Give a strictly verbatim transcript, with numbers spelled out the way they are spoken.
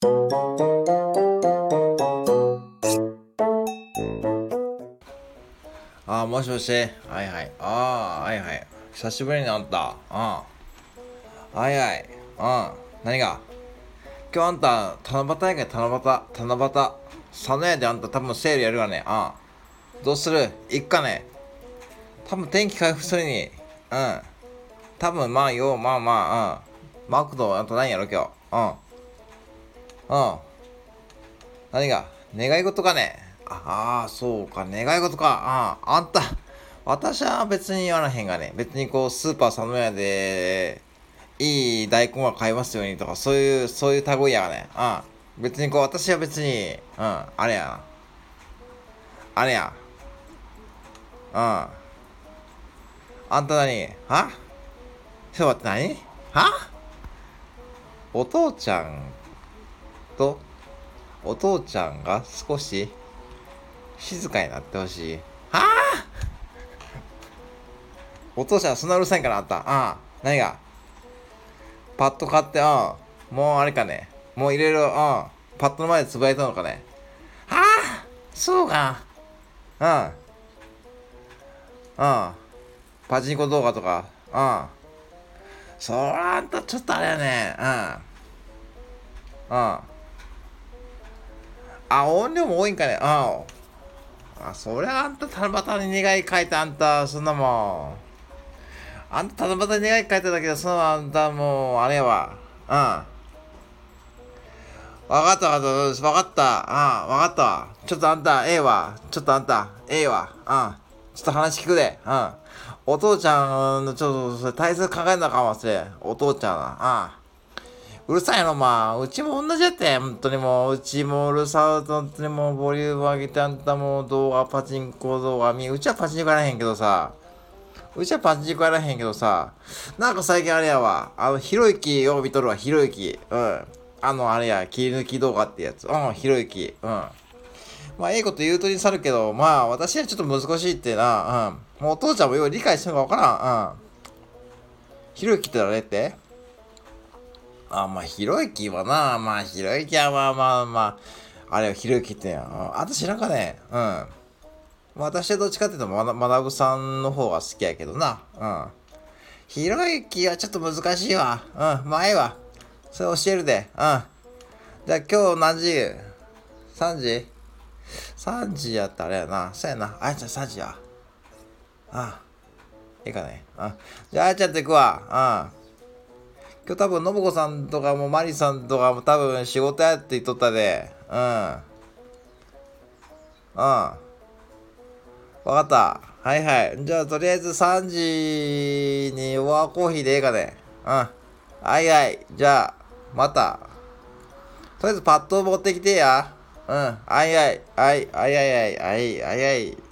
あー、もしもし。はいはい。ああ、はいはい。久しぶりに会った。ああ。はいはい。うん。何が今日あんた、七夕やけん、七夕。七夕。佐野屋であんた多分セールやるわね。ああ。どうする行くかね。多分天気回復するに。うん。多分まあよ、まあまあ、うん。マクド、あと何やろ今日。うん。うん。何が願い事かね。ああ、そうか、願い事か。ああ、あんた、私は別に言わらへんがね。別にこう、スーパー佐野屋で、いい大根が買えますようにとか、そういう、そういう類やがね。うん。別にこう、私は別に、うん、あれやな。あれや。うん。あんた何はちょっと待って、何はお父ちゃんと、お父ちゃんが少し静かになってほしい。はあお父ちゃんそんなうるさいんかなあった。ああ。何がパッと買って、うん。もうあれかね。もういろいろ、うん。パッとの前でつぶやいたのかね。はあそうか。うん。うん。パチンコ動画とか。うん。そらあんたちょっとあれやね。うん。うん。あ、音量も多いんかね。うん。あ、そりゃあんた七夕に願い書いてあんた、そんなもん。あんた七夕に願い書いてたけど、そのあんたもう、あれやわ。うん。わかったわかった、わかった。ああ、わかったわ。ちょっとあんた、ええわ。ちょっとあんた、ええわ。うん。ちょっと話聞くで。うん。お父ちゃんの、ちょっと、それ大切考えなあかんわ、それ。お父ちゃんは。ああ。うるさいの、まあ。うちも同じやって。本当にもう、うちもうるさうと、本当にもう、ボリューム上げて、あんたも動画、パチンコ動画見、うちはパチンコやらへんけどさ。うちはパチンコやらへんけどさ。なんか最近あれやわ。あの、ひろゆきを見とるわ、ひろゆき。うん。あの、あれや、切り抜き動画ってやつ。うん、ひろゆき。うん。まあ、ええこと言うとに去るけど、まあ、私はちょっと難しいってな。うん。もうお父ちゃんもよう理解してるのかわからん。うん。ひろゆきって誰って？あ、まあ、ひろゆきはな、まあ、ひろゆきはまあまあまあ、あれよ、ひろゆきってやん。うん。あと知らんかね。うん。私はどっちかっていうと、まな、まなぶさんの方が好きやけどな。うん。ひろゆきはちょっと難しいわ。うん。前は。それ教えるで。うん。じゃあ今日何時？ さん 時？ さん 時やったらあれやな。そうやな。あやちゃんさんじや。ああ。いいかね。あじゃああやちゃんと行くわ。ああ。今日多分、のぶこさんとかもマリさんとかも多分仕事やって言っとったで。うん。うん。わかった。はいはい。じゃあとりあえずさんじにワーコーヒーでええかね。うん。はいはい。じゃあ、また。とりあえずパッド持ってきてや。うん。はいはい。はい。はいはいはい。はいはいはい。